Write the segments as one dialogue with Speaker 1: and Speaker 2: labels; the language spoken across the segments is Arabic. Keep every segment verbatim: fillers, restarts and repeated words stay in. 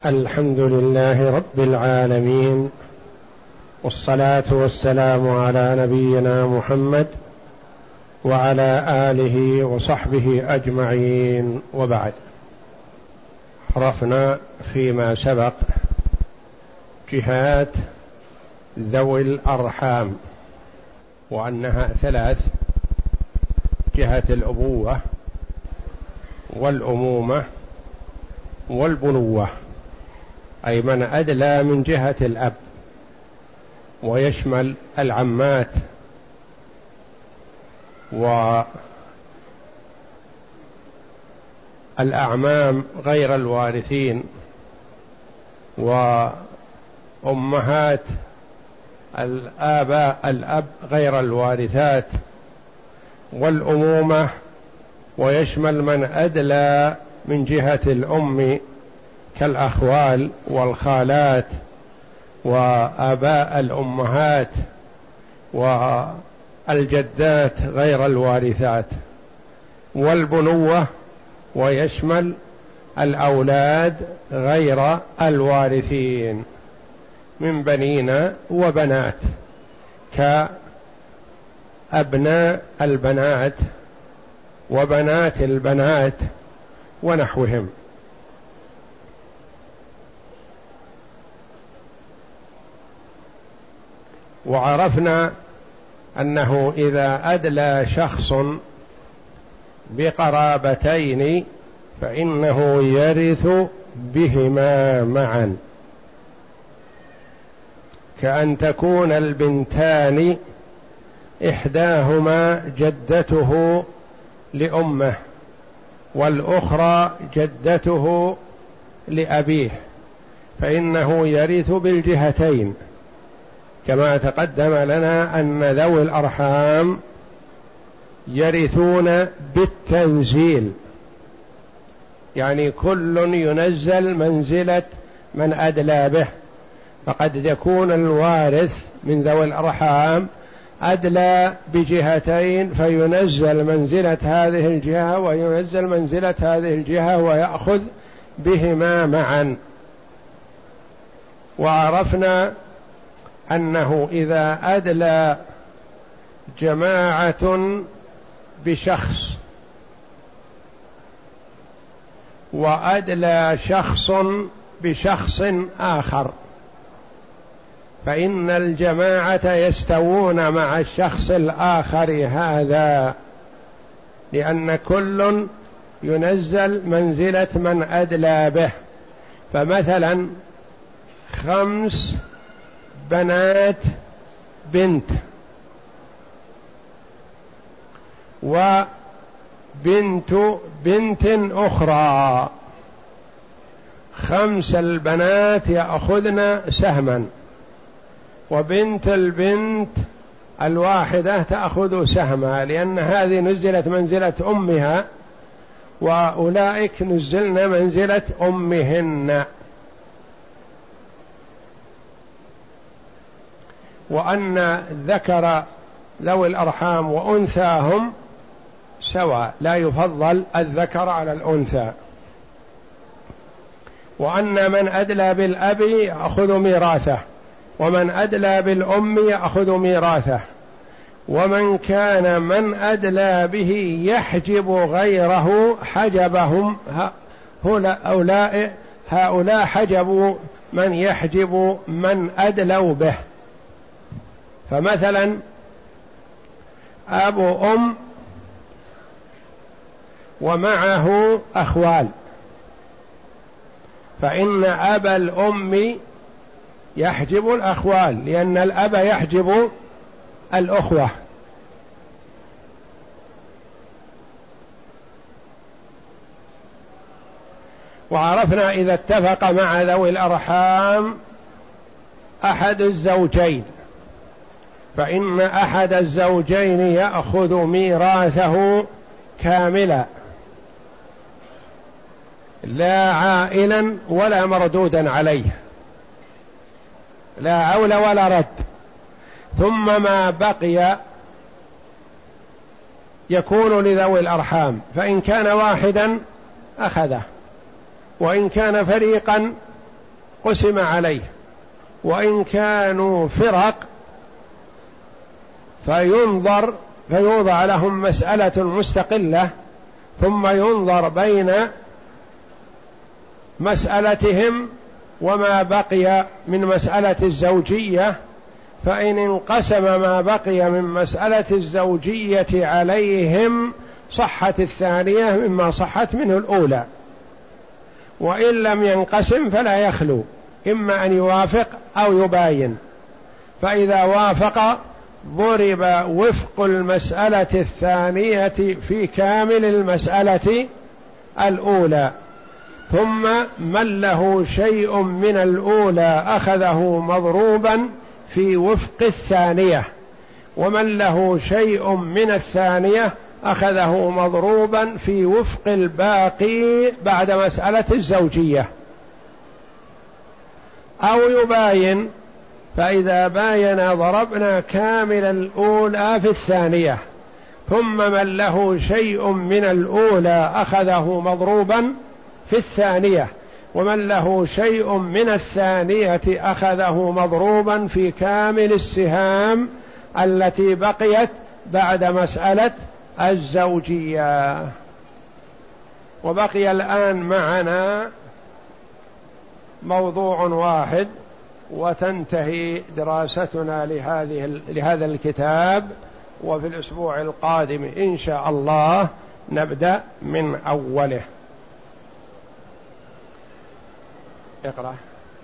Speaker 1: الحمد لله رب العالمين، والصلاة والسلام على نبينا محمد وعلى آله وصحبه أجمعين، وبعد. عرفنا فيما سبق جهات ذوي الأرحام وأنها ثلاث: جهة الأبوة والأمومة والبنوة، أي من أدلى من جهة الأب، ويشمل العمات والأعمام غير الوارثين، وأمهات الآباء الأب غير الوارثات، والأمومة ويشمل من أدلى من جهة الأم كالأخوال والخالات وآباء الأمهات والجدات غير الوارثات، والبنوة ويشمل الأولاد غير الوارثين من بنين وبنات، كأبناء البنات وبنات البنات ونحوهم. وعرفنا أنه إذا أدلى شخص بقرابتين فإنه يرث بهما معا، كأن تكون البنتان إحداهما جدته لأمه والأخرى جدته لأبيه، فإنه يرث بالجهتين، كما تقدم لنا أن ذوي الأرحام يرثون بالتنزيل، يعني كل ينزل منزلة من أدلى به، فقد يكون الوارث من ذوي الأرحام أدلى بجهتين فينزل منزلة هذه الجهة وينزل منزلة هذه الجهة ويأخذ بهما معا. وعرفنا أنه إذا أدلى جماعة بشخص وأدلى شخص بشخص آخر، فإن الجماعة يستوون مع الشخص الآخر هذا، لأن كل ينزل منزلة من أدلى به. فمثلا خمس بنات بنت وبنت بنت أخرى، خمس البنات يأخذن سهما، وبنت البنت الواحدة تأخذ سهما، لأن هذه نزلت منزلة أمها وأولئك نزلن منزلة أمهن. وأن ذكر ذوي الأرحام وأنثاهم سواء، لا يفضل الذكر على الأنثى. وأن من أدلى بالأب يأخذ ميراثه، ومن أدلى بالأم يأخذ ميراثه، ومن كان من أدلى به يحجب غيره حجبهم هؤلاء هؤلاء حجبوا من يحجب من أدلوا به. فمثلا أبو أم ومعه أخوال، فإن أبا الأم يحجب الأخوال، لأن الأب يحجب الأخوة. وعرفنا إذا اتفق مع ذوي الأرحام أحد الزوجين فإن أحد الزوجين يأخذ ميراثه كاملا، لا عائلا ولا مردودا عليه، لا عول ولا رد، ثم ما بقي يكون لذوي الأرحام، فإن كان واحدا أخذه، وإن كان فريقا قسم عليه، وإن كانوا فرق فينظر فيوضع لهم مسألة مستقلة، ثم ينظر بين مسألتهم وما بقي من مسألة الزوجية، فإن انقسم ما بقي من مسألة الزوجية عليهم صحت الثانية مما صحت منه الأولى، وإن لم ينقسم فلا يخلو، إما أن يوافق أو يباين. فإذا وافق ضرب وفق المسألة الثانية في كامل المسألة الأولى، ثم من له شيء من الأولى أخذه مضروبا في وفق الثانية، ومن له شيء من الثانية أخذه مضروبا في وفق الباقي بعد مسألة الزوجية، أو يباين. فإذا باين ضربنا كامل الأولى في الثانية، ثم من له شيء من الأولى أخذه مضروبا في الثانية، ومن له شيء من الثانية أخذه مضروبا في كامل السهام التي بقيت بعد مسألة الزوجية. وبقي الآن معنا موضوع واحد وتنتهي دراستنا لهذه لهذا الكتاب، وفي الأسبوع القادم إن شاء الله نبدأ من أوله. اقرأ.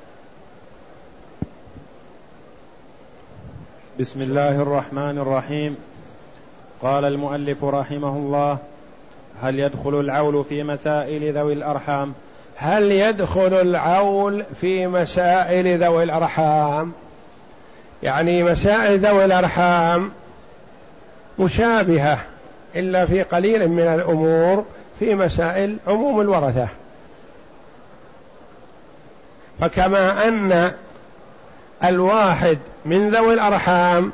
Speaker 2: بسم الله الرحمن الرحيم. قال المؤلف رحمه الله: هل يدخل العول في مسائل ذوي الأرحام؟
Speaker 1: هل يدخل العول في مسائل ذوي الأرحام؟ يعني مسائل ذوي الأرحام مشابهة إلا في قليل من الأمور في مسائل عموم الورثة. فكما أن الواحد من ذوي الأرحام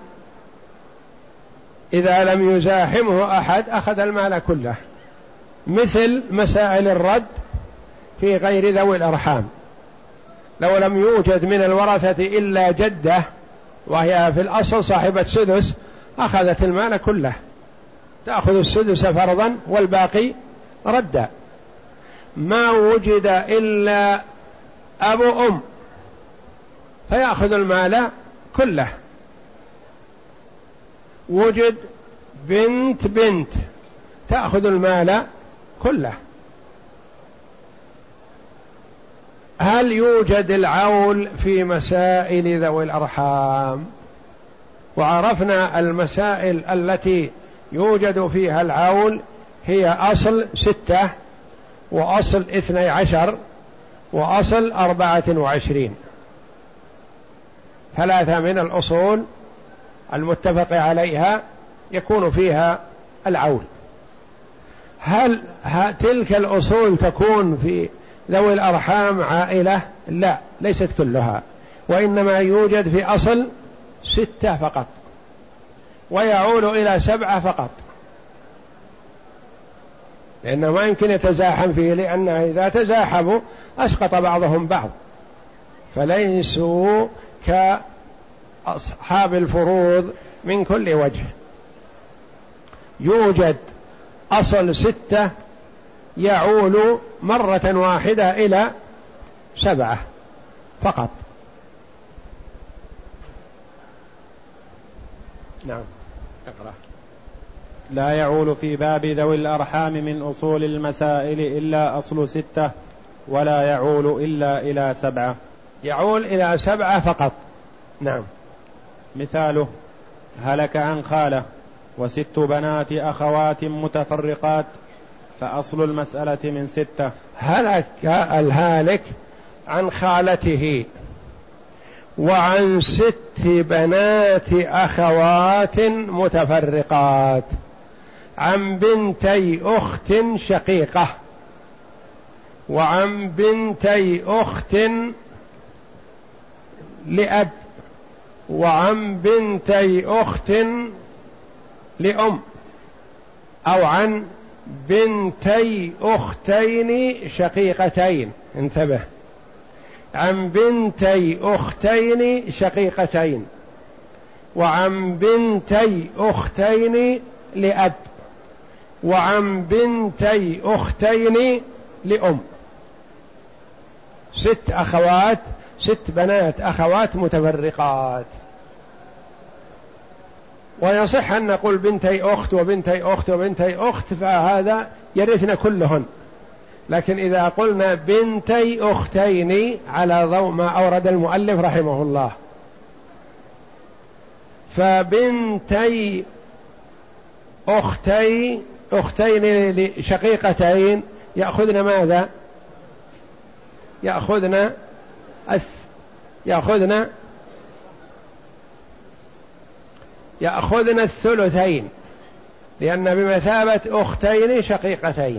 Speaker 1: إذا لم يزاحمه أحد أخذ المال كله، مثل مسائل الرد في غير ذوي الأرحام، لو لم يوجد من الورثة إلا جدة وهي في الأصل صاحبة سدس أخذت المال كله، تأخذ السدس فرضا والباقي ردا. ما وجد إلا أبو أم فيأخذ المال كله، وجد بنت بنت تأخذ المال كله. هل يوجد العول في مسائل ذوي الأرحام؟ وعرفنا المسائل التي يوجد فيها العول هي أصل ستة، وأصل اثني عشر، وأصل أربعة وعشرين، ثلاثة من الأصول المتفق عليها يكون فيها العول. هل تلك الأصول تكون في ذوي الأرحام عائلة؟ لا، ليست كلها، وإنما يوجد في أصل ستة فقط، ويعول إلى سبعة فقط، لأنه ما يمكن يتزاحم فيه، لأنه إذا تزاحموا أسقط بعضهم بعض، فليسوا كأصحاب الفروض من كل وجه. يوجد أصل ستة يعول مرة واحدة إلى سبعة فقط. نعم، اقرأ.
Speaker 2: لا يعول في باب ذوي الأرحام من أصول المسائل إلا أصل ستة، ولا يعول إلا إلى سبعة.
Speaker 1: يعول إلى سبعة فقط. نعم.
Speaker 2: مثاله: هلك عن خالة وست بنات أخوات متفرقات، فأصل المسألة من ستة.
Speaker 1: هلك الهالك عن خالته وعن ست بنات أخوات متفرقات، عن بنتي أخت شقيقة، وعن بنتي أخت لأب، وعن بنتي أخت لأم، أو عن بنتي أختين شقيقتين. انتبه، عن بنتي أختين شقيقتين، وعن بنتي أختين لأب، وعن بنتي أختين لأم. ست أخوات، ست بنات أخوات متفرقات. ويصح أن نقول بنتي أخت وبنتي أخت وبنتي أخت، فهذا يرثن كلهن. لكن إذا قلنا بنتي أختين على ضوء ما أورد المؤلف رحمه الله، فبنتي أختي أختين شقيقتين يأخذن ماذا؟ يأخذن أث يأخذن يأخذن الثلثين، لأن بمثابة أختين شقيقتين.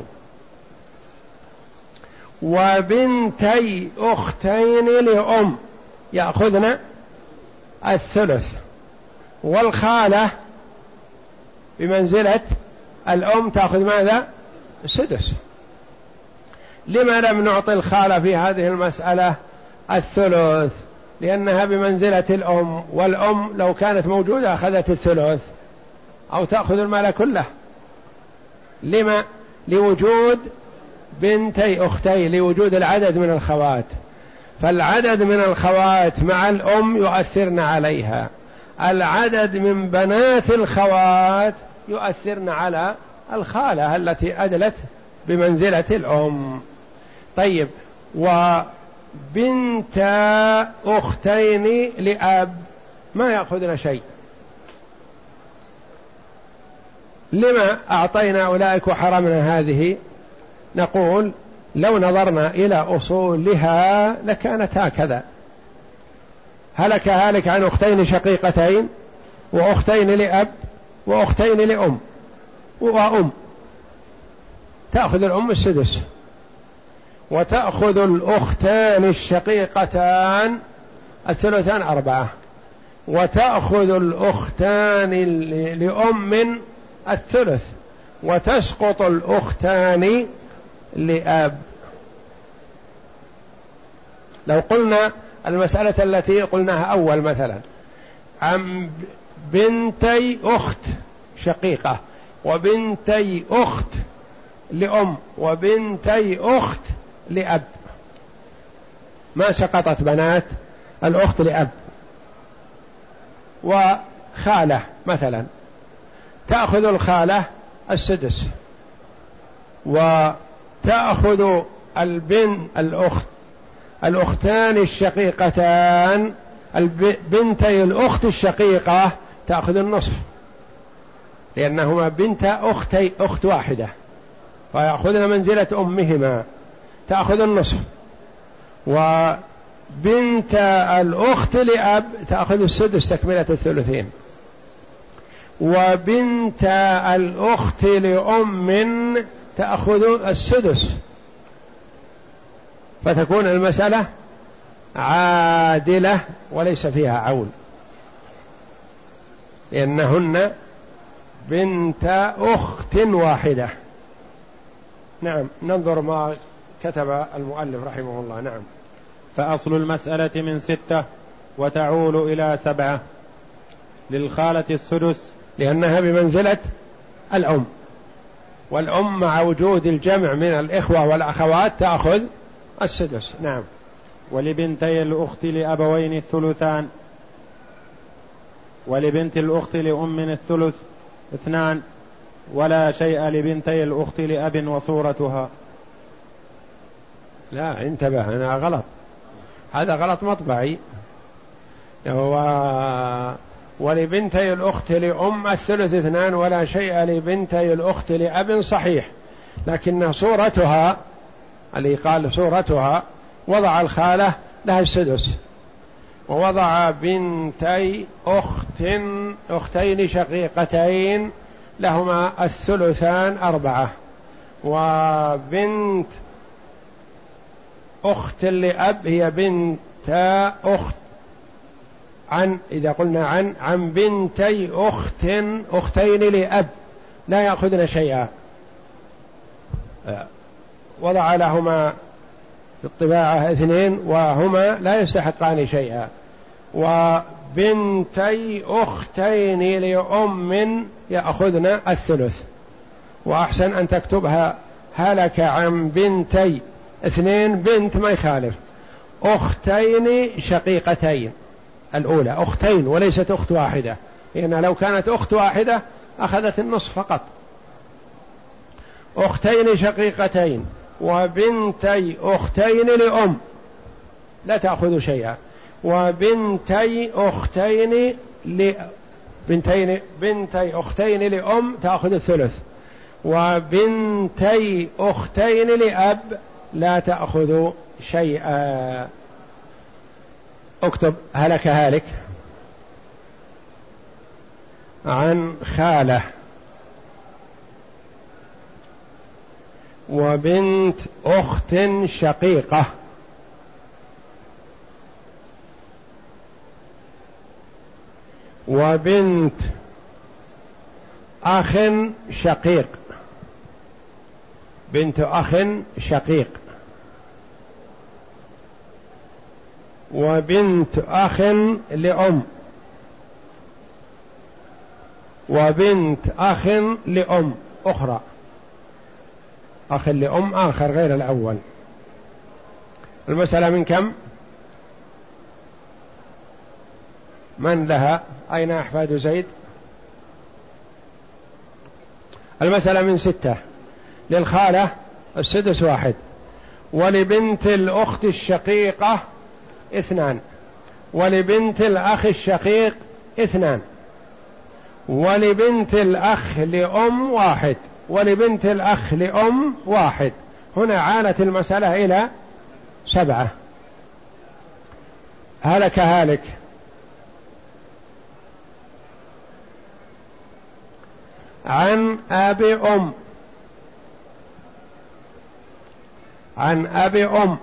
Speaker 1: وبنتي أختين لأم يأخذن الثلث، والخالة بمنزلة الأم تأخذ ماذا؟ السدس. لما لم نعطي الخالة في هذه المسألة الثلث؟ لأنها بمنزلة الأم، والأم لو كانت موجودة أخذت الثلث أو تأخذ المال كله. لما؟ لوجود بنتي أختي، لوجود العدد من الخوات، فالعدد من الخوات مع الأم يؤثرن عليها، العدد من بنات الخوات يؤثرن على الخالة التي أدلت بمنزلة الأم. طيب، وبنت أختين لأب ما يأخذن شيء. لما أعطينا أولئك وحرمنا هذه؟ نقول لو نظرنا إلى أصولها لكانت هكذا: هلك هالك عن أختين شقيقتين وأختين لأب وأختين لأم وأم، تأخذ الأم السدس، وتأخذ الأختان الشقيقتان الثلثان أربعة، وتأخذ الأختان لأم الثلث، وتسقط الأختان لأب. لو قلنا المسألة التي قلناها أول مثلا عن بنتي أخت شقيقة وبنتي أخت لأم وبنتي أخت لأب، ما سقطت بنات الأخت لأب. وخالة مثلا تأخذ الخالة السدس، وتأخذ البن الأخت الأختان الشقيقتان بنتي الأخت الشقيقة تأخذ النصف، لأنهما بنت أختي أخت واحدة فيأخذن منزلة أمهما، تأخذ النصف. وبنت الأخت لأب تأخذ السدس تكملة الثلثين. وبنت الأخت لأم تأخذ السدس، فتكون المسألة عادلة وليس فيها عول، لأنهن بنت أخت واحدة. نعم، ننظر ما كتب المؤلف رحمه الله. نعم.
Speaker 2: فأصل المسألة من ستة وتعول إلى سبعة. للخالة السدس
Speaker 1: لأنها بمنزلة الأم، والأم مع وجود الجمع من الإخوة والأخوات تأخذ السدس. نعم.
Speaker 2: ولبنتي الأخت لأبوين الثلثان، ولبنت الأخت لأم الثلث اثنان، ولا شيء لبنتي الأخت لأب وصورتها.
Speaker 1: لا، انتبه، أنا غلط، هذا غلط مطبعي. و... ولبنتي الأخت لأم الثلث اثنان ولا شيء لبنتي الأخت لأب صحيح، لكن صورتها اللي قال صورتها وضع الخالة لها السدس، ووضع بنتي أخت أختين شقيقتين لهما الثلثان أربعة، وبنت أخت لأب هي بنت أخت عن إذا قلنا عن عن بنتي أخت أختين لأب لا يأخذن شيئا، وضع لهما بالطباعة اثنين وهما لا يستحقان شيئا. وبنتي أختين لأم يأخذن الثلث. وأحسن أن تكتبها هلك عن بنتي اثنين، بنت ما يخالف، أختين شقيقتين، الأولى أختين وليست أخت واحدة، لأن لو كانت أخت واحدة أخذت النصف فقط. أختين شقيقتين وبنتي أختين لأم لا تأخذ شيئا. وبنتي أختين ل بنتين بنتي أختين لأم تأخذ الثلث. وبنتي أختين لأب لا تأخذ شيئا. اكتب هلك هالك عن خالة وبنت أخت شقيقة وبنت أخ شقيق، بنت أخ شقيق وبنت أخ لأم وبنت أخ لأم أخرى، أخ لأم آخر غير الأول. المسألة من كم؟ من لها؟ أين أحفاد زيد؟ المسألة من ستة. للخالة السدس واحد، ولبنت الأخت الشقيقة اثنان، ولبنت الأخ الشقيق اثنان، ولبنت الأخ لأم واحد، ولبنت الأخ لأم واحد. هنا عالت المسألة إلى سبعة. هلك هالك عن أب أم، عن أب أم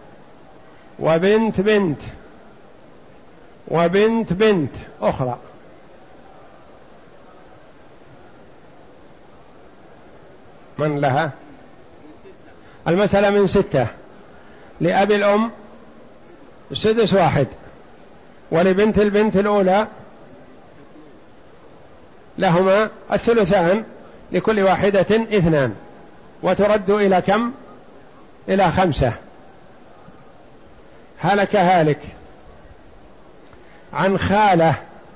Speaker 1: وبنت بنت وبنت بنت أخرى. من لها؟ المسألة من ستة. لأبي الأم السدس واحد، ولبنت البنت الأولى لهما الثلثان، لكل واحدة اثنان، وترد إلى كم؟ إلى خمسة. هلك هالك عن خالة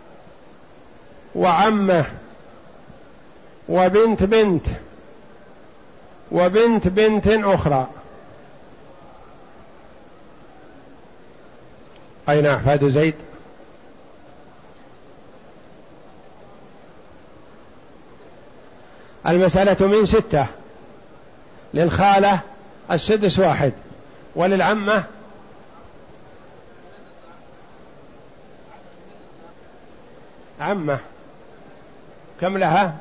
Speaker 1: وعمة وبنت بنت وبنت بنت أخرى. أين أحفاد زيد؟ المسألة من ستة. للخالة السدس واحد، وللعمة عمة كم لها؟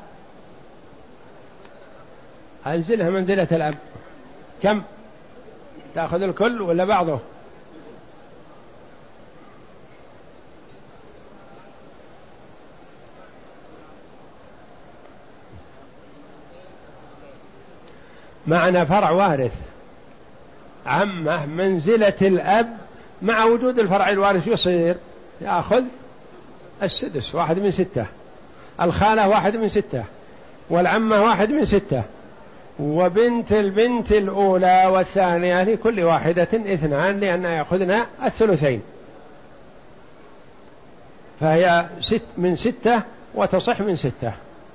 Speaker 1: أنزلها منزلة الأب. كم تأخذ؟ الكل ولا بعضه؟ معنا فرع وارث، عمه منزلة الأب مع وجود الفرع الوارث يصير يأخذ السدس، واحد من ستة. الخالة واحد من ستة، والعمة واحد من ستة، وبنت البنت الأولى والثانية لكل واحدة اثنان، لأن يأخذنا الثلثين، فهي ست من ستة وتصح من ستة.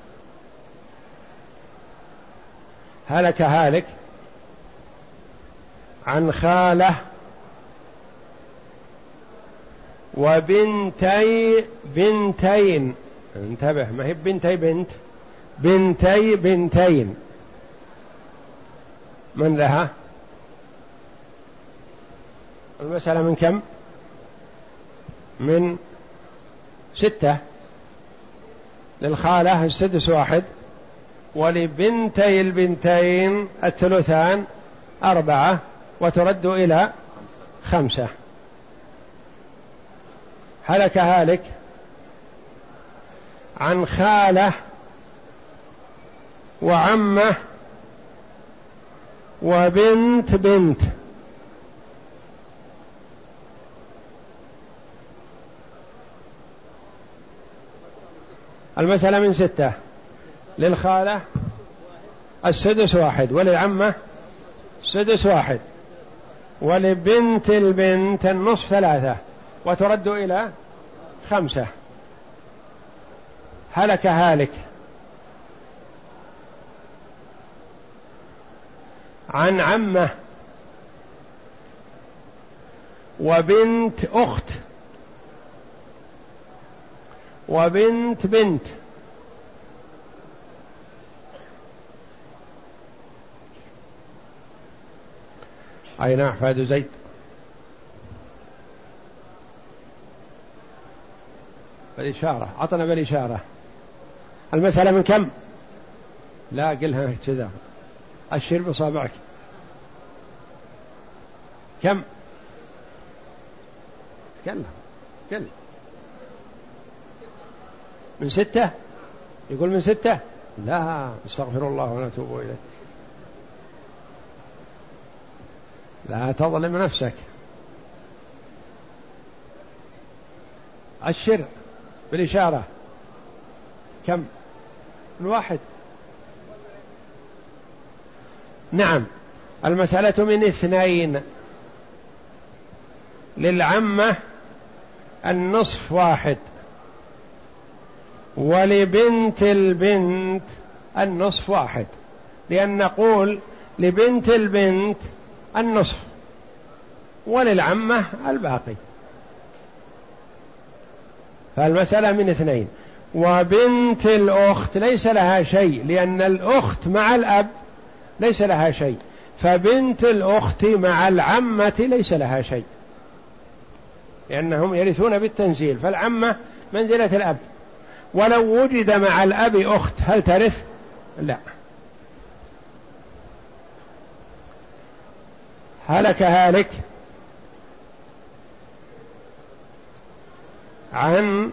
Speaker 1: هلك هالك عن خالة وبنتي بنتين، انتبه ما هي بنتي بنت، بنتي بنتين. من لها؟ المسألة من كم؟ من ستة. للخالة السدس واحد، ولبنتي البنتين الثلثان أربعة، وترد إلى خمسة. هلك هالك عن خالة وعمة وبنت بنت المسألة من ستة. للخالة السدس واحد، وللعمة السدس واحد، ولبنت البنت النصف ثلاثة، وترد إلى خمسة. هلك هالك عن عمة وبنت أخت وبنت بنت، أين أحفاد زيد؟ بالإشارة، عطنا بالإشارة. المسألة من كم؟ لا قلها كذا، أشير بصابعك. كم؟ تكلم تكلم. من ستة؟ يقول من ستة؟ لا، استغفر الله ونتوب إليه. لا تظلم نفسك. أشر بالإشارة. كم؟ من واحد. نعم. المسألة من اثنين. للعمة النصف واحد، ولبنت البنت النصف واحد، لأن نقول لبنت البنت النصف وللعمة الباقي. فالمسألة من اثنين. وبنت الأخت ليس لها شيء، لأن الأخت مع الأب ليس لها شيء، فبنت الأخت مع العمة ليس لها شيء، لأنهم يرثون بالتنزيل، فالعمة منزلة الأب. ولو وجد مع الأب أخت هل ترث؟ لا. هلك هالك عن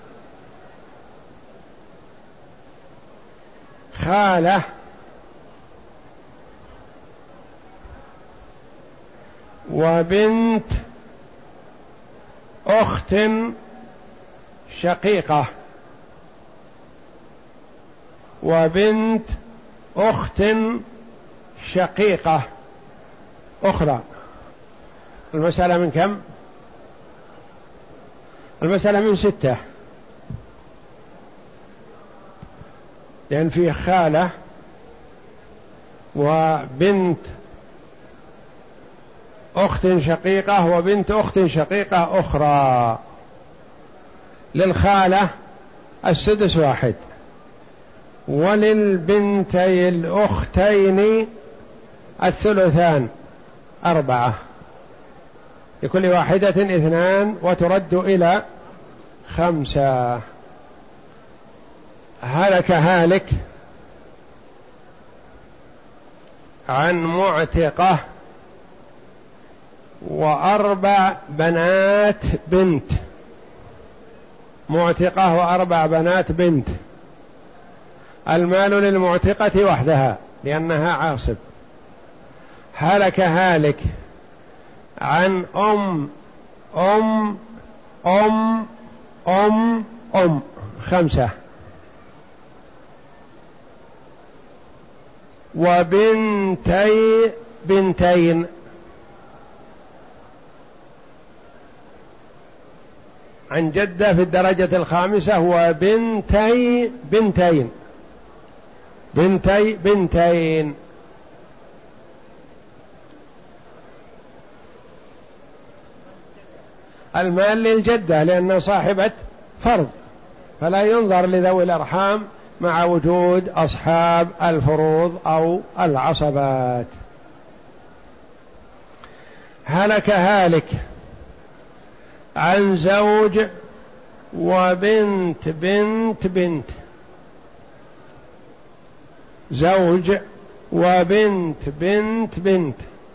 Speaker 1: خالة وبنت أخت شقيقة وبنت أخت شقيقة أخرى. المسألة من كم؟ المسألة من ستة، لأن فيه خالة وبنت أخت شقيقة وبنت أخت شقيقة أخرى. للخالة السدس واحد، وللبنتي الأختين الثلثان أربعة، لكل واحدة اثنان، وترد إلى خمسة. هلك هالك عن معتقة وأربع بنات بنت. معتقة وأربع بنات بنت. المال للمعتقة وحدها لأنها عاصب. هلك هالك عن أم أم أم أم أم خمسة، وبنتي بنتين، عن جدة في الدرجة الخامسة، وبنتي بنتين بنتي بنتين. المال للجدة لأنها صاحبة فرض، فلا ينظر لذوي الأرحام مع وجود أصحاب الفروض أو العصبات. هلك هالك عن زوج وبنت بنت بنت. زوج وبنت بنت بنت.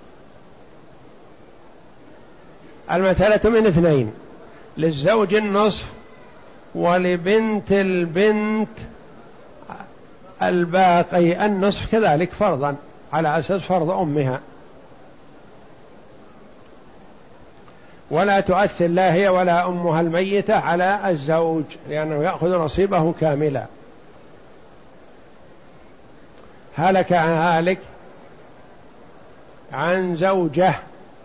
Speaker 1: المسألة من اثنين. للزوج النصف، ولبنت البنت الباقي النصف كذلك فرضا على أساس فرض أمها. ولا تؤثر لا هي ولا أمها الميتة على الزوج، لأنه يأخذ نصيبه كاملا. هلك عن هالك عن زوجه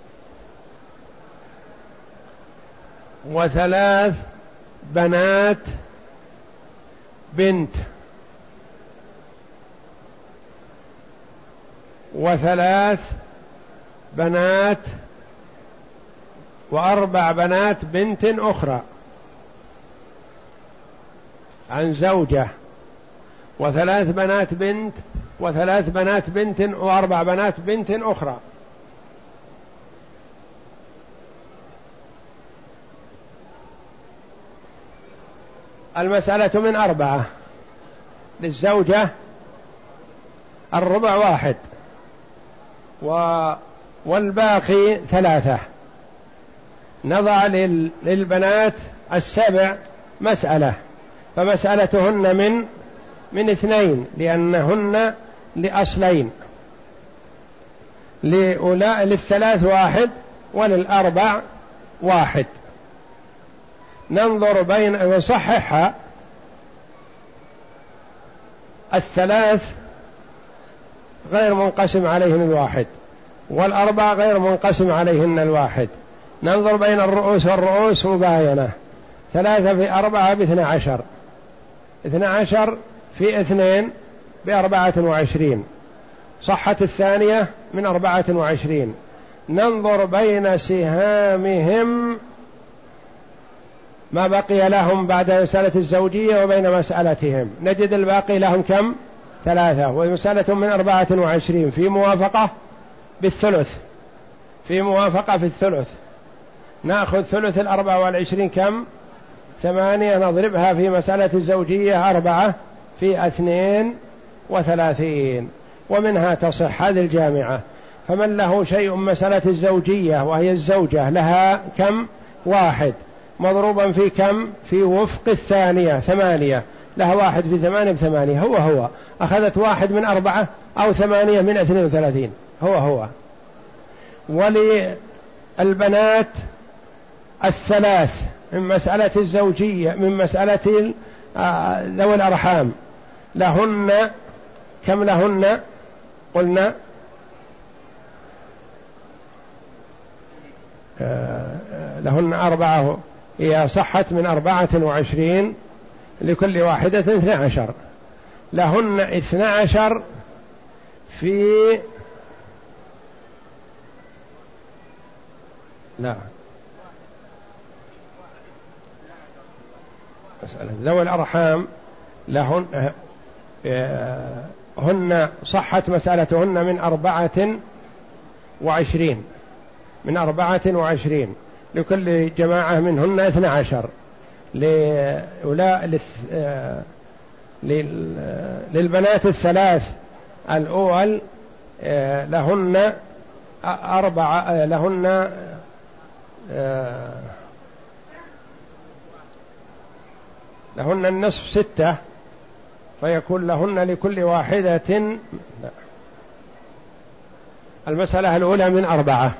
Speaker 1: وثلاث بنات بنت وثلاث بنات وأربع بنات بنت أخرى. عن زوجة وثلاث بنات بنت وثلاث بنات بنت وأربع بنات بنت أخرى. المسألة من أربعة. للزوجة الربع واحد و... والباقي ثلاثة. نضع لل... للبنات السبع مسألة، فمسألتهن من من اثنين لأنهن لأصلين. لأولا... للثلاث واحد وللأربع واحد. ننظر بين نصححها. الثلاث غير منقسم عليهن الواحد، والأربع غير منقسم عليهن الواحد. ننظر بين الرؤوس والرؤوس مباينة. ثلاثة في أربعة باثنى عشر، اثنى عشر في اثنين بأربعة وعشرين، صحت الثانية من أربعة وعشرين. ننظر بين سهامهم ما بقي لهم بعد مسألة الزوجية وبين مسألتهم، نجد الباقي لهم كم؟ ثلاثة، ومسألة من أربعة وعشرين في موافقة بالثلث، في موافقة في الثلث. نأخذ ثلث الأربعة والعشرين كم؟ ثمانية، نضربها في مسألة الزوجية أربعة في اثنين وثلاثين، ومنها تصح هذه الجامعة. فمن له شيء مسألة الزوجية وهي الزوجة لها كم؟ واحد، مضروبا في كم؟ في وفق الثانية ثمانية، لها واحد في ثمانية بثمانية، هو هو. أخذت واحد من أربعة أو ثمانية من اثنين وثلاثين، هو هو. وللبنات الثلاث من مسألة الزوجية من مسألة ذوي الأرحام لهن كم؟ لهن قلنا لهن أربعة، هي صحت من أربعة وعشرين، لكل واحدة اثنى عشر. لهن اثنى عشر في لا مسألة ذوي الأرحام لهن هن صحت مسألتهن من أربعة وعشرين، من أربعة وعشرين، لكل جماعة منهن اثنى عشر. للبنات الثلاث الأول لهن أربعة، لهن لهن النصف ستة، فيكون لهن لكل واحدة. لا. المسألة الأولى من أربعة.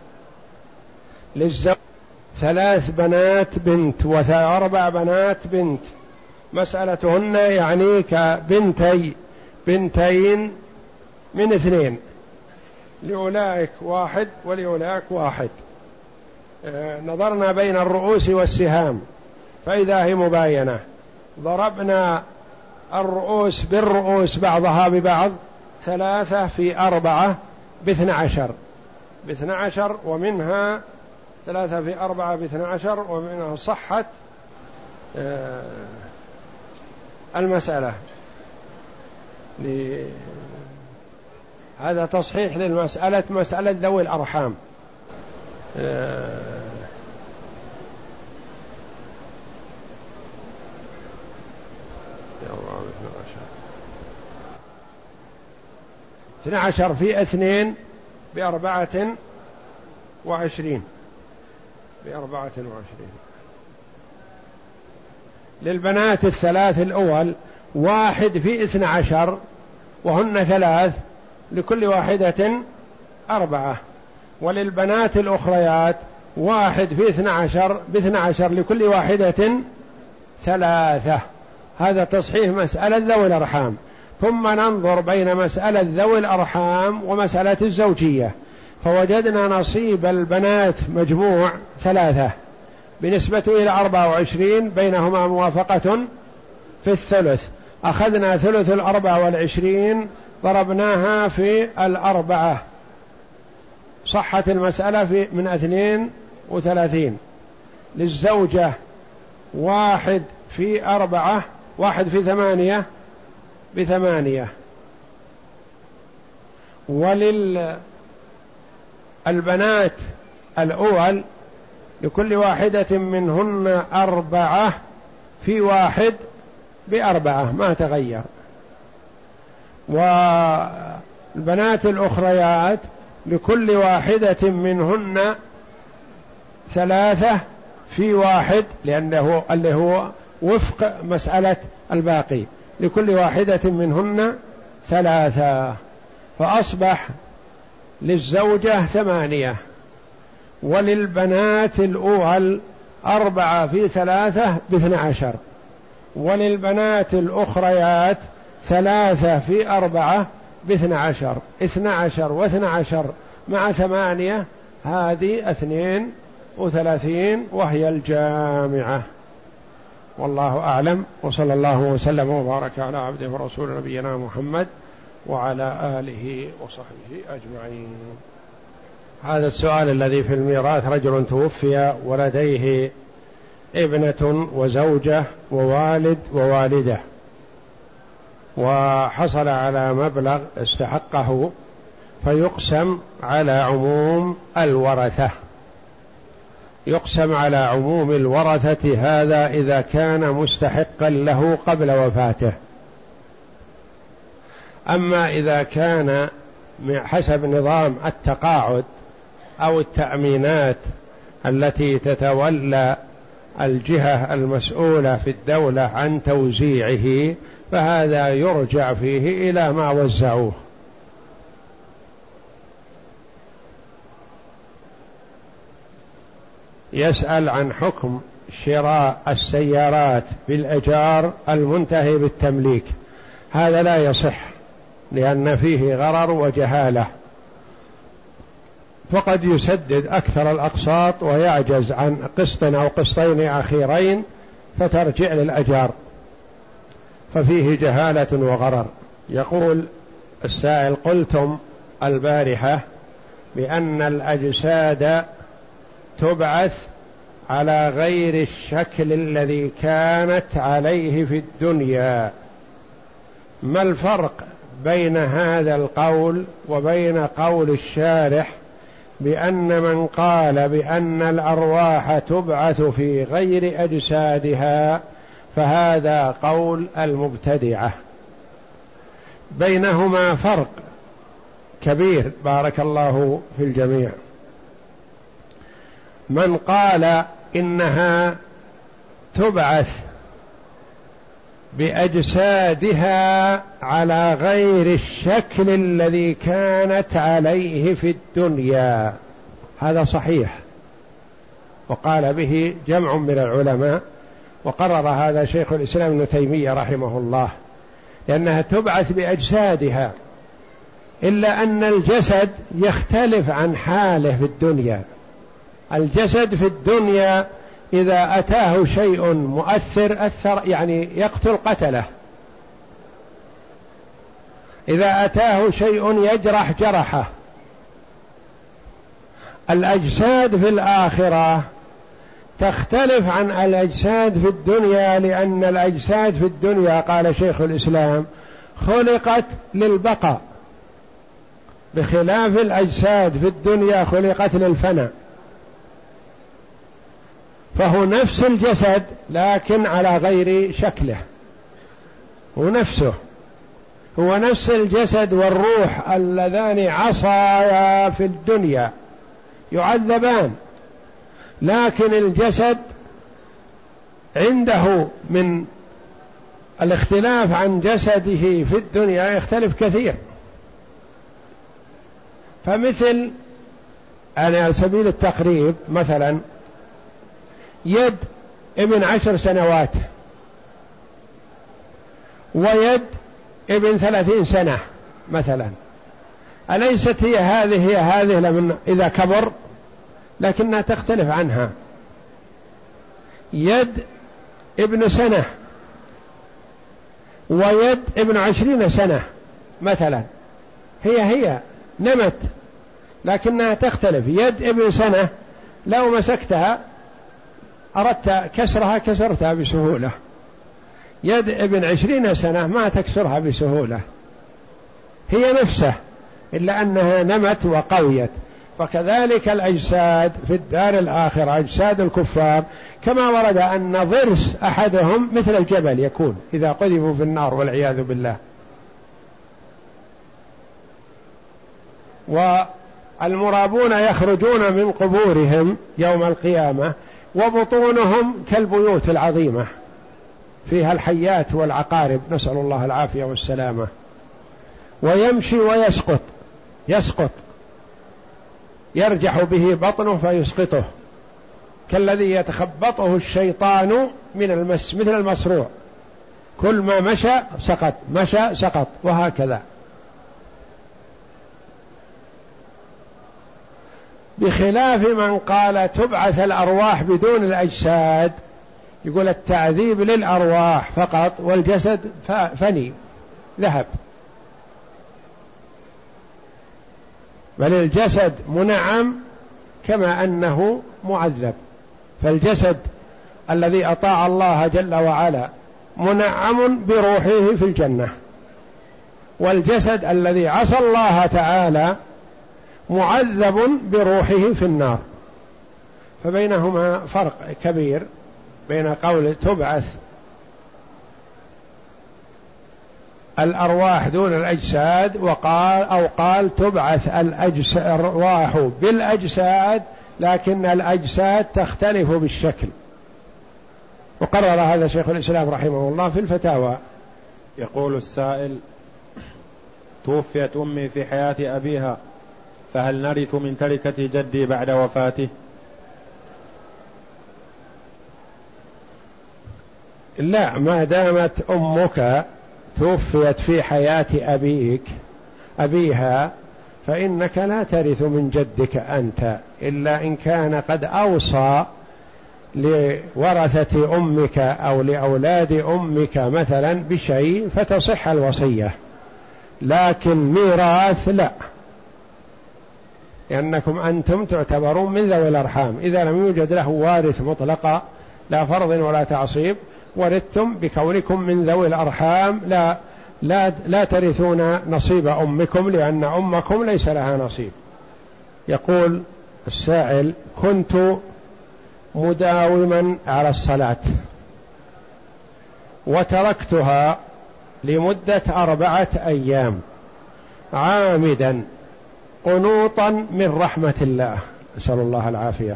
Speaker 1: للزوج ثلاث بنات بنت وأربع بنات بنت، مسألتهن يعني كبنتي بنتين من اثنين، لأولئك واحد ولأولئك واحد. آه نظرنا بين الرؤوس والسهام فإذا هي مباينة، ضربنا الرؤوس بالرؤوس بعضها ببعض، ثلاثة في أربعة باثنى عشر، باثنى عشر، ومنها ثلاثة في أربعة باثنى عشر، ومنها صحت آه المسألة. هذا تصحيح للمسألة، مسألة ذوي الأرحام. آه اثنى عشر في اثنين بأربعة وعشرين، بأربعة وعشرين. للبنات الثلاث الأول واحد في اثنى عشر، وهن ثلاث، لكل واحدة أربعة. وللبنات الأخريات واحد في اثنى عشر باثنى عشر لكل واحدة ثلاثة. هذا تصحيح مسألة ذوي الأرحام. ثم ننظر بين مسألة ذوي الأرحام ومسألة الزوجية، فوجدنا نصيب البنات مجموع ثلاثة بنسبة إلى أربعة وعشرين، بينهما موافقة في الثلث. أخذنا ثلث الأربعة والعشرين ضربناها في الأربعة، صحت المسألة في من اثنين وثلاثين. للزوجة واحد في أربعة، واحد في ثمانية بثمانية. وللبنات الأول لكل واحدة منهن أربعة في واحد بأربعة، ما تغير. والبنات الأخريات لكل واحدة منهن ثلاثة في واحد، لأنه اللي هو وفق مسألة الباقي، لكل واحدة منهن ثلاثة، فأصبح للزوجة ثمانية، وللبنات الأول أربعة في ثلاثة باثنى عشر، وللبنات الأخريات ثلاثة في أربعة باثنى عشر. اثنى عشر واثنى عشر مع ثمانية، هذه اثنين وثلاثين، وهي الجامعة. والله أعلم، وصلى الله وسلم وبارك على عبده ورسول نبينا محمد وعلى آله وصحبه أجمعين. هذا السؤال الذي في الميراث: رجل توفي ولديه ابنة وزوجة ووالد ووالدة، وحصل على مبلغ استحقه، فيقسم على عموم الورثة، يقسم على عموم الورثة. هذا إذا كان مستحقا له قبل وفاته. أما إذا كان حسب نظام التقاعد أو التأمينات التي تتولى الجهة المسؤولة في الدولة عن توزيعه، فهذا يرجع فيه إلى ما وزعوه. يسأل عن حكم شراء السيارات بالإيجار المنتهي بالتمليك. هذا لا يصح، لأن فيه غرر وجهالة، فقد يسدد أكثر الأقساط ويعجز عن قسط أو قسطين أخيرين فترجع للأجار، ففيه جهالة وغرر. يقول السائل: قلتم البارحة بأن الأجساد تبعث على غير الشكل الذي كانت عليه في الدنيا، ما الفرق بين هذا القول وبين قول الشارح بأن من قال بأن الأرواح تبعث في غير أجسادها، فهذا قول المبتدعة؟ بينهما فرق كبير، بارك الله في الجميع. من قال إنها تبعث بأجسادها على غير الشكل الذي كانت عليه في الدنيا، هذا صحيح، وقال به جمع من العلماء، وقرر هذا شيخ الإسلام ابن تيمية رحمه الله، لأنها تبعث بأجسادها، إلا أن الجسد يختلف عن حاله في الدنيا. الجسد في الدنيا إذا أتاه شيء مؤثر أثر، يعني يقتل قتله، إذا أتاه شيء يجرح جرحه. الأجساد في الآخرة تختلف عن الأجساد في الدنيا، لأن الأجساد في الدنيا قال شيخ الإسلام خلقت للبقاء، بخلاف الأجساد في الدنيا خلقت للفناء. فهو نفس الجسد لكن على غير شكله، هو نفسه، هو نفس الجسد والروح اللذان عصايا في الدنيا يعذبان، لكن الجسد عنده من الاختلاف عن جسده في الدنيا يختلف كثير. فمثل على سبيل التقريب مثلا يد ابن عشر سنوات ويد ابن ثلاثين سنة مثلا، أليست هي هذه هي هذه لمن إذا كبر؟ لكنها تختلف عنها. يد ابن سنة ويد ابن عشرين سنة مثلا هي هي نمت، لكنها تختلف. يد ابن سنة لو مسكتها أردت كسرها كسرتها بسهولة، يد ابن عشرين سنة ما تكسرها بسهولة، هي نفسه إلا أنها نمت وقويت. فكذلك الأجساد في الدار الآخرة أجساد الكفار كما ورد أن ضرس أحدهم مثل الجبل يكون إذا قذفوا في النار والعياذ بالله. والمرابون يخرجون من قبورهم يوم القيامة وبطونهم كالبيوت العظيمة فيها الحيات والعقارب، نسأل الله العافية والسلامة. ويمشي ويسقط، يسقط يرجح به بطنه فيسقطه كالذي يتخبطه الشيطان من المس، مثل المسروع، كل ما مشى سقط مشى سقط وهكذا. بخلاف من قال تبعث الأرواح بدون الأجساد، يقول التعذيب للأرواح فقط والجسد فني ذهب، بل الجسد منعم كما أنه معذب. فالجسد الذي أطاع الله جل وعلا منعم بروحه في الجنة، والجسد الذي عصى الله تعالى معذب بروحه في النار. فبينهما فرق كبير بين قول تبعث الأرواح دون الأجساد وقال أو قال تبعث الأرواح بالأجساد لكن الأجساد تختلف بالشكل. وقرر هذا شيخ الإسلام رحمه الله في الفتاوى.
Speaker 2: يقول السائل: توفيت أمي في حياة أبيها، فهل نرث من تركة جدي بعد وفاته؟
Speaker 1: لا، ما دامت أمك توفيت في حياة أبيك أبيها فإنك لا ترث من جدك أنت، إلا إن كان قد أوصى لورثة أمك أو لأولاد أمك مثلا بشيء فتصح الوصية، لكن ميراث لا، لأنكم أنتم تعتبرون من ذوي الأرحام. إذا لم يوجد له وارث مطلقا لا فرض ولا تعصيب ورثتم بكونكم من ذوي الأرحام، لا لا لا ترثون نصيب أمكم لأن أمكم ليس لها نصيب. يقول السائل: كنت مداوما على الصلاة وتركتها لمدة أربعة أيام عامدا قنوطا من رحمة الله، نسأل الله العافية،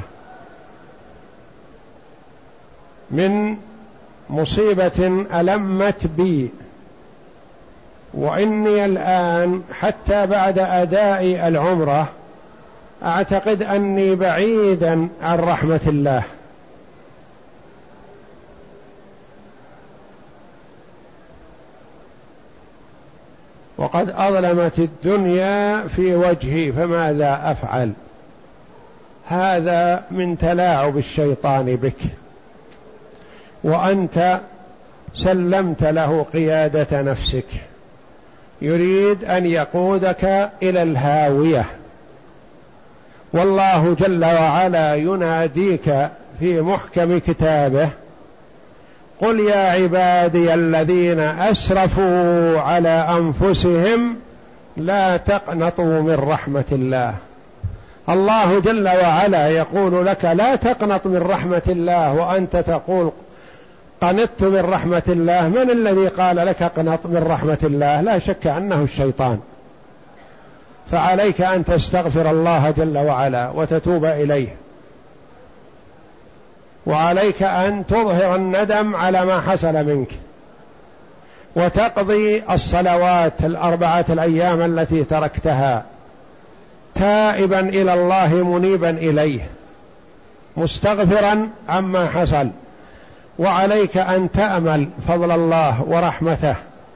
Speaker 1: من مصيبة ألمت بي، وإني الآن حتى بعد أداء العمرة أعتقد أني بعيدا عن رحمة الله، وقد أظلمت الدنيا في وجهي، فماذا أفعل؟ هذا من تلاعب الشيطان بك، وأنت سلمت له قيادة نفسك، يريد أن يقودك إلى الهاوية. والله جل وعلا يناديك في محكم كتابه: قل يا عبادي الذين أسرفوا على أنفسهم لا تقنطوا من رحمة الله. الله جل وعلا يقول لك لا تقنط من رحمة الله، وأنت تقول قنطت من رحمة الله. من الذي قال لك قنط من رحمة الله؟ لا شك أنه الشيطان. فعليك أن تستغفر الله جل وعلا وتتوب إليه، وعليك أن تظهر الندم على ما حصل منك، وتقضي الصلوات الأربعة الأيام التي تركتها تائبا إلى الله منيبا إليه مستغفرا عما حصل، وعليك أن تأمل فضل الله ورحمته.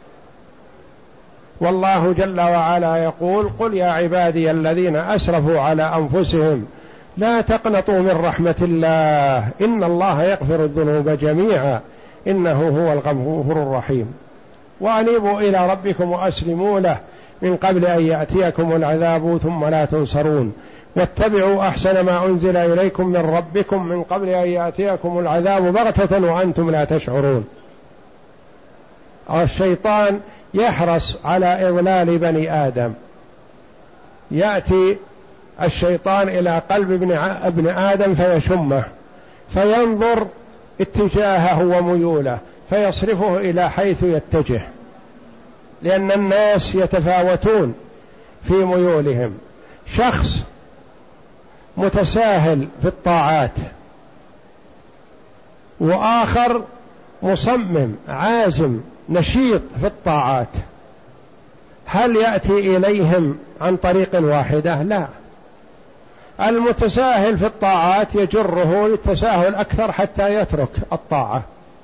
Speaker 1: والله جل وعلا يقول: قل يا عبادي الذين أسرفوا على أنفسهم لا تقنطوا من رحمة الله إن الله يغفر الذنوب جميعا إنه هو الغفور الرحيم. وأنيبوا إلى ربكم وأسلموا له من قبل أن يأتيكم العذاب ثم لا تنصرون واتبعوا أحسن ما أنزل إليكم من ربكم من قبل أن يأتيكم العذاب بغتة وأنتم لا تشعرون. الشيطان يحرص على إضلال بني آدم. يأتي الشيطان إلى قلب ابن آدم فيشمه، فينظر اتجاهه وميوله فيصرفه إلى حيث يتجه، لأن الناس يتفاوتون في ميولهم. شخص متساهل في الطاعات، وآخر مصمم عازم نشيط في الطاعات، هل يأتي إليهم عن طريق واحدة؟ لا. المتساهل في الطاعات يجره للتساهل أكثر حتى يترك الطاعة.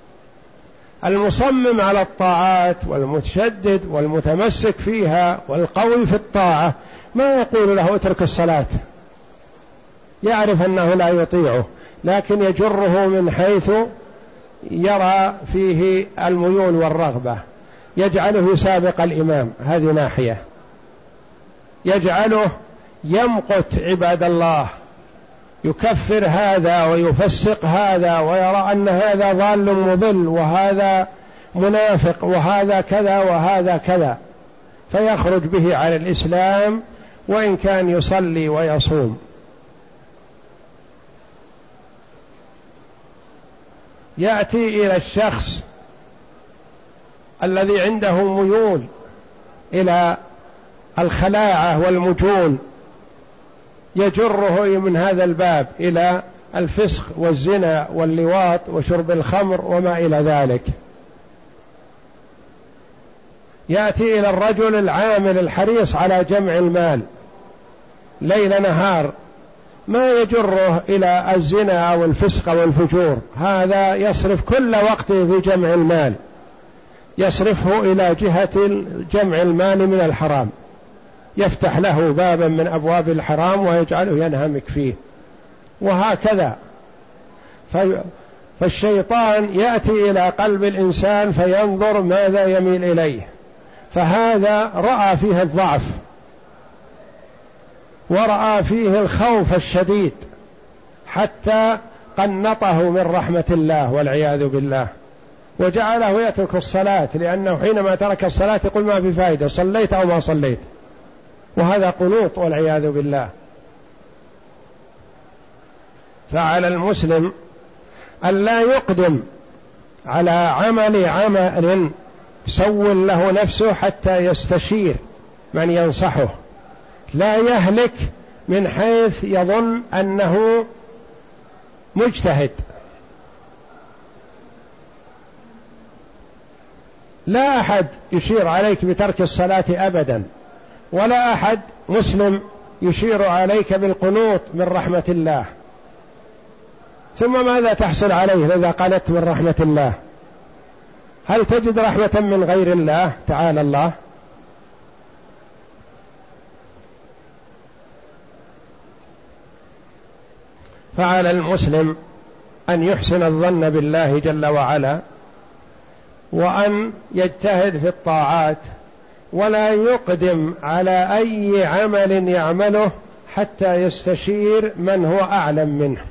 Speaker 1: المصمم على الطاعات والمتشدد والمتمسك فيها والقوي في الطاعة ما يقول له اترك الصلاة، يعرف أنه لا يطيعه، لكن يجره من حيث يرى فيه الميول والرغبة، يجعله يسابق الإمام، هذه ناحية، يجعله يمقت عباد الله، يكفر هذا ويفسق هذا ويرى أن هذا ضال مضل وهذا منافق وهذا كذا وهذا كذا، فيخرج به على الإسلام وإن كان يصلي ويصوم. يأتي إلى الشخص الذي عنده ميول إلى الخلاعة والمجون، يجره من هذا الباب إلى الفسق والزنا واللواط وشرب الخمر وما إلى ذلك. يأتي إلى الرجل العامل الحريص على جمع المال ليل نهار، ما يجره إلى الزنا أو الفسق والفجور، هذا يصرف كل وقته في جمع المال، يصرفه إلى جهة جمع المال من الحرام، يفتح له بابا من أبواب الحرام ويجعله ينهمك فيه، وهكذا. فالشيطان يأتي إلى قلب الإنسان فينظر ماذا يميل إليه، فهذا رأى فيه الضعف ورأى فيه الخوف الشديد حتى قنطه من رحمة الله والعياذ بالله، وجعله يترك الصلاة، لأنه حينما ترك الصلاة يقول ما في فائدة، صليت أو ما صليت، وهذا قنوط والعياذ بالله. فعلى المسلم أن لا يقدم على عمل عمل سول له نفسه حتى يستشير من ينصحه، لا يهلك من حيث يظن أنه مجتهد. لا أحد يشير عليك بترك الصلاة أبدا، ولا أحد مسلم يشير عليك بالقنوط من رحمة الله. ثم ماذا تحصل عليه إذا قنت من رحمة الله؟ هل تجد رحمة من غير الله تعالى الله؟ فعلى المسلم أن يحسن الظن بالله جل وعلا، وأن يجتهد في الطاعات، ولا يقدم على أي عمل يعمله حتى يستشير من هو أعلم منه.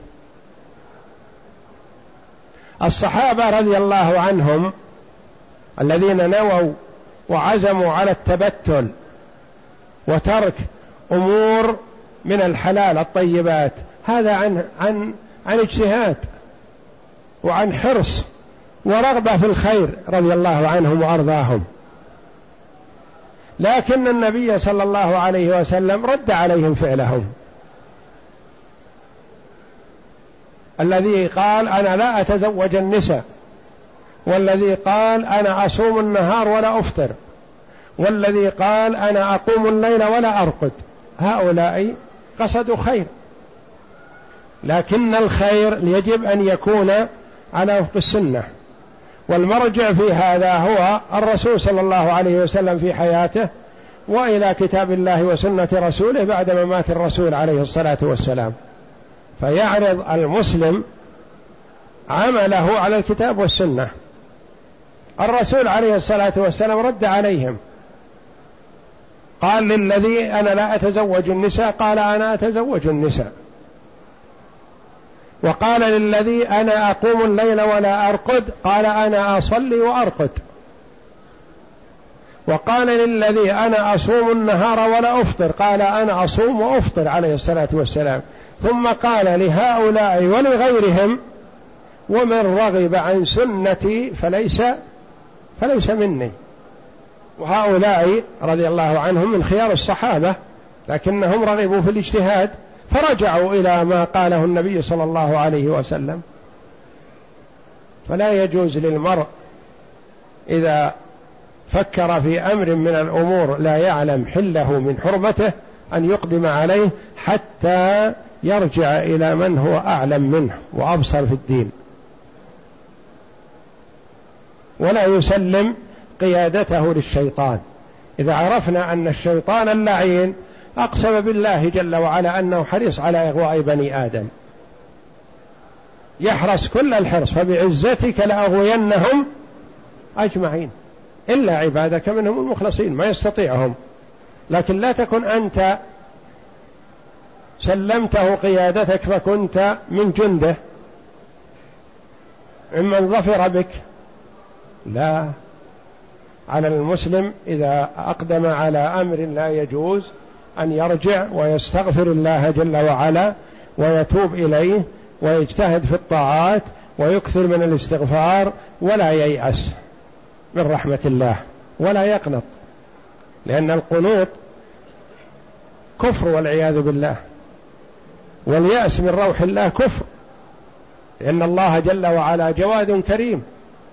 Speaker 1: الصحابة رضي الله عنهم الذين نووا وعزموا على التبتل وترك أمور من الحلال الطيبات، هذا عن عن عن اجتهاد وعن حرص ورغبة في الخير رضي الله عنهم وأرضاهم. لكن النبي صلى الله عليه وسلم رد عليهم فعلهم، الذي قال أنا لا أتزوج النساء، والذي قال أنا أصوم النهار ولا أفطر، والذي قال أنا أقوم الليل ولا أرقد، هؤلاء قصدوا خير، لكن الخير يجب أن يكون على وفق السنة، والمرجع في هذا هو الرسول صلى الله عليه وسلم في حياته، وإلى كتاب الله وسنة رسوله بعد ممات الرسول عليه الصلاة والسلام، فيعرض المسلم عمله على الكتاب والسنة. الرسول عليه الصلاة والسلام رد عليهم، قال للذي أنا لا أتزوج النساء قال أنا أتزوج النساء، وقال للذي أنا أقوم الليل ولا أرقد قال أنا أصلي وأرقد، وقال للذي أنا أصوم النهار ولا أفطر قال أنا أصوم وأفطر عليه الصلاة والسلام. ثم قال لهؤلاء ولغيرهم ومن رغب عن سنتي فليس فليس مني. وهؤلاء رضي الله عنهم من خيار الصحابة، لكنهم رغبوا في الاجتهاد فرجعوا إلى ما قاله النبي صلى الله عليه وسلم. فلا يجوز للمرء إذا فكر في أمر من الأمور لا يعلم حله من حرمته أن يقدم عليه حتى يرجع إلى من هو أعلم منه وأبصر في الدين، ولا يسلم قيادته للشيطان. إذا عرفنا أن الشيطان اللعين أقسم بالله جل وعلا أنه حريص على إغواء بني آدم، يحرص كل الحرص، فبعزتك لأغوينهم أجمعين إلا عبادك منهم المخلصين، ما يستطيعهم. لكن لا تكن أنت سلمته قيادتك فكنت من جنده ممن ظفر بك. لا، على المسلم إذا أقدم على أمر لا يجوز أن يرجع ويستغفر الله جل وعلا ويتوب إليه ويجتهد في الطاعات ويكثر من الاستغفار، ولا ييأس من رحمة الله ولا يقنط، لأن القنوط كفر والعياذ بالله، واليأس من روح الله كفر، لأن الله جل وعلا جواد كريم.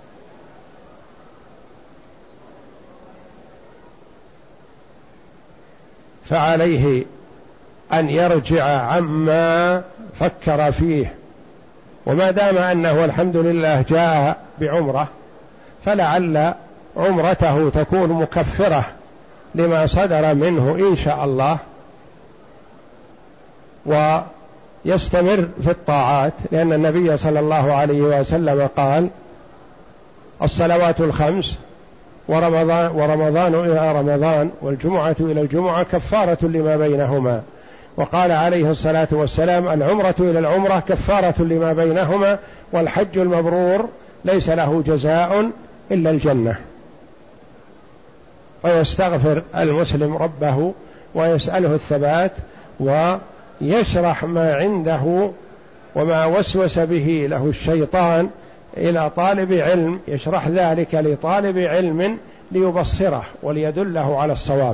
Speaker 1: فعليه أن يرجع عما فكر فيه، وما دام أنه الحمد لله جاء بعمرة فلعل عمرته تكون مكفرة لما صدر منه إن شاء الله، ويستمر في الطاعات، لأن النبي صلى الله عليه وسلم قال الصلوات الخمس ورمضان, ورمضان إلى رمضان والجمعة إلى الجمعة كفارة لما بينهما، وقال عليه الصلاة والسلام العمرة إلى العمرة كفارة لما بينهما، والحج المبرور ليس له جزاء إلا الجنة. ويستغفر المسلم ربه ويسأله الثبات ويشرح ما عنده وما وسوس به له الشيطان إلى طالب علم، يشرح ذلك لطالب علم ليبصره وليدله على الصواب.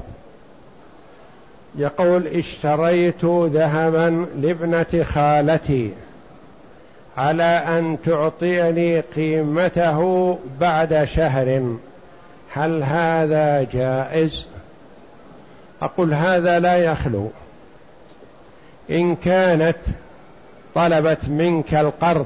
Speaker 1: يقول اشتريت ذهبا لابنة خالتي على أن تعطيني قيمته بعد شهر، هل هذا جائز؟ أقول هذا لا يخلو. إن كانت طلبت منك القرض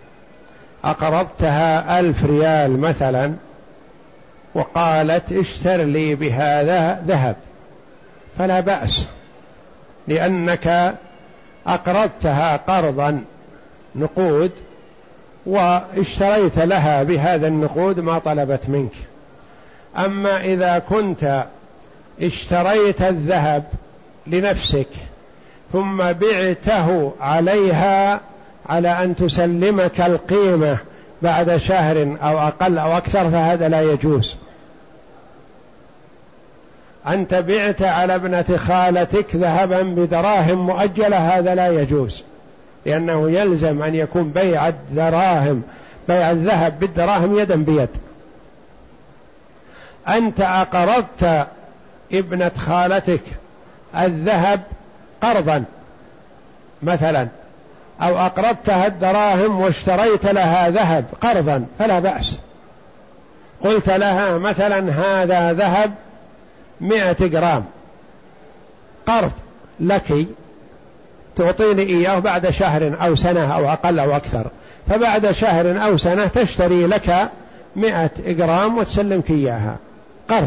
Speaker 1: أقرضتها ألف ريال مثلا وقالت اشتر لي بهذا ذهب فلا بأس، لأنك أقرضتها قرضا نقود واشتريت لها بهذا النقود ما طلبت منك. أما إذا كنت اشتريت الذهب لنفسك ثم بعته عليها على أن تسلمك القيمة بعد شهر أو أقل أو أكثر فهذا لا يجوز. أنت بعت على ابنة خالتك ذهبا بدراهم مؤجلة، هذا لا يجوز، لأنه يلزم أن يكون بيع الدراهم بيع الذهب بالدراهم يدا بيد. أنت أقرضت ابنة خالتك الذهب قرضا مثلا، أو أقرضتها الدراهم واشتريت لها ذهب قرضا فلا بأس. قلت لها مثلا هذا ذهب مئة جرام قرض لك تعطيني إياه بعد شهر أو سنة أو أقل أو أكثر، فبعد شهر أو سنة تشتري لك مئة جرام وتسلمك إياها قرض،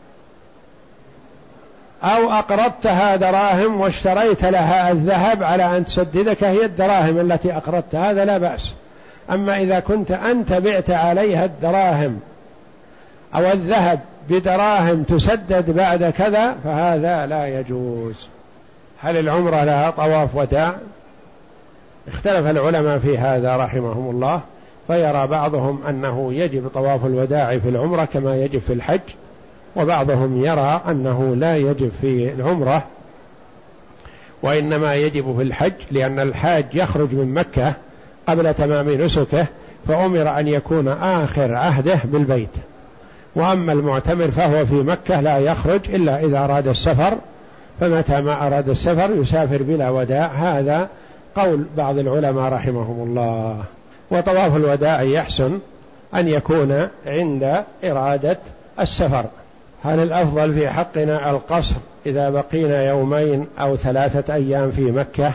Speaker 1: أو أقرضتها دراهم واشتريت لها الذهب على أن تسددك هي الدراهم التي أقرضت، هذا لا بأس. أما إذا كنت أنت بعت عليها الدراهم أو الذهب بدراهم تسدد بعد كذا فهذا لا يجوز. هل العمرة لها طواف وداع؟ اختلف العلماء في هذا رحمهم الله، فيرى بعضهم أنه يجب طواف الوداع في العمرة كما يجب في الحج، وبعضهم يرى أنه لا يجب في العمرة وإنما يجب في الحج، لأن الحاج يخرج من مكة قبل تمام نسكه فأمر أن يكون آخر عهده بالبيت، وأما المعتمر فهو في مكة لا يخرج إلا إذا أراد السفر، فمتى ما أراد السفر يسافر بلا وداع. هذا قول بعض العلماء رحمهم الله. وطواف الوداع يحسن أن يكون عند إرادة السفر. هل الأفضل في حقنا القصر إذا بقينا يومين أو ثلاثة أيام في مكة؟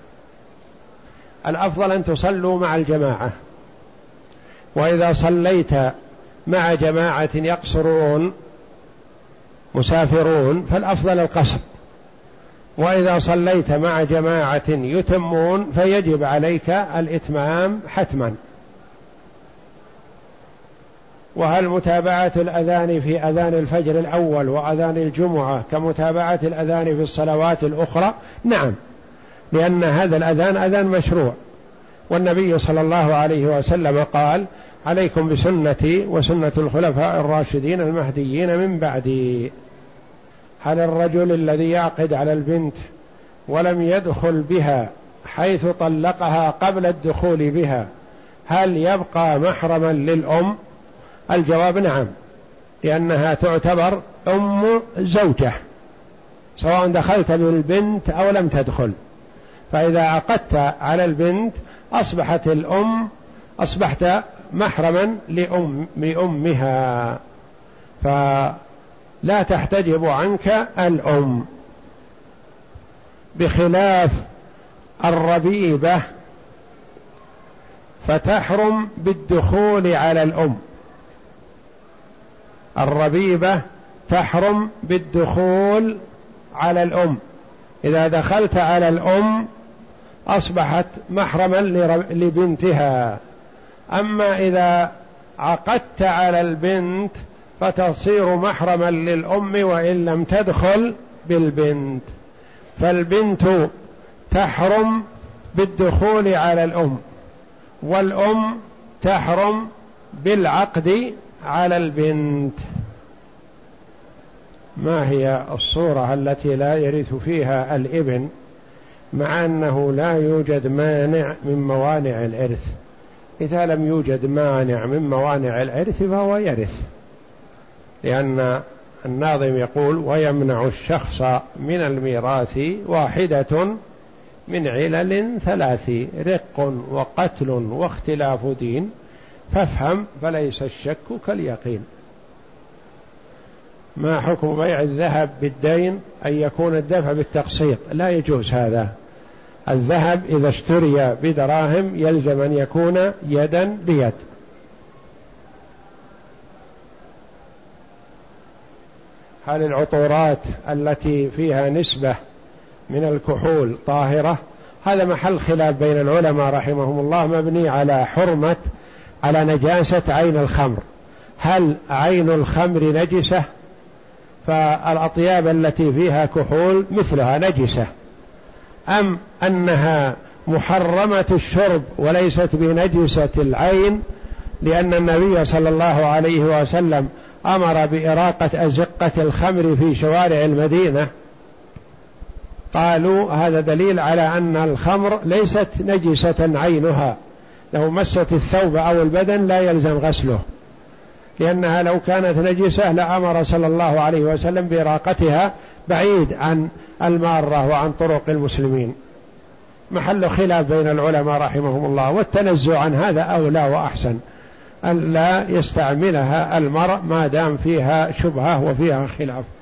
Speaker 1: الأفضل أن تصلوا مع الجماعة، وإذا صليت مع جماعة يقصرون مسافرون فالأفضل القصر، وإذا صليت مع جماعة يتمون فيجب عليك الإتمام حتما. وهل متابعة الأذان في أذان الفجر الأول وأذان الجمعة كمتابعة الأذان في الصلوات الأخرى؟ نعم، لأن هذا الأذان أذان مشروع، والنبي صلى الله عليه وسلم قال: عليكم بسنتي وسنة الخلفاء الراشدين المهديين من بعدي. هل الرجل الذي يعقد على البنت ولم يدخل بها حيث طلقها قبل الدخول بها هل يبقى محرما للأم؟ الجواب نعم، لأنها تعتبر أم زوجة سواء دخلت بالبنت أو لم تدخل، فإذا عقدت على البنت أصبحت الأم أصبحت محرما لأم لأمها، فلا تحتجب عنك الأم، بخلاف الربيبة فتحرم بالدخول على الأم. الربيبة تحرم بالدخول على الأم، إذا دخلت على الأم أصبحت محرما لبنتها. أما إذا عقدت على البنت فتصير محرما للأم وإن لم تدخل بالبنت، فالبنت تحرم بالدخول على الأم، والأم تحرم بالعقد على البنت. ما هي الصورة التي لا يرث فيها الابن مع أنه لا يوجد مانع من موانع الإرث؟ إذا لم يوجد مانع من موانع الإرث فهو يرث، لأن الناظم يقول: ويمنع الشخص من الميراث واحدة من علل ثلاث، رق وقتل واختلاف دين، فافهم فليس الشك كاليقين. ما حكم بيع الذهب بالدين؟ أن يكون الدفع بالتقسيط، لا يجوز هذا. الذهب إذا اشتري بدراهم يلزم أن يكون يدا بيد. هل العطورات التي فيها نسبة من الكحول طاهرة؟ هذا محل خلاف بين العلماء رحمهم الله، مبني على حرمة على نجاسة عين الخمر. هل عين الخمر نجسة؟ فالأطياب التي فيها كحول مثلها نجسة، أم أنها محرمة الشرب وليست بنجسة العين؟ لأن النبي صلى الله عليه وسلم أمر بإراقة أزقة الخمر في شوارع المدينة. قالوا هذا دليل على أن الخمر ليست نجسة عينها، لو مست الثوب أو البدن لا يلزم غسله، لأنها لو كانت نجسة لأمر صلى الله عليه وسلم بإراقتها بعيد عن المارة وعن طرق المسلمين. محل خلاف بين العلماء رحمهم الله، والتنزع عن هذا أولى وأحسن، أن لا يستعملها المرء ما دام فيها شبهة وفيها خلاف.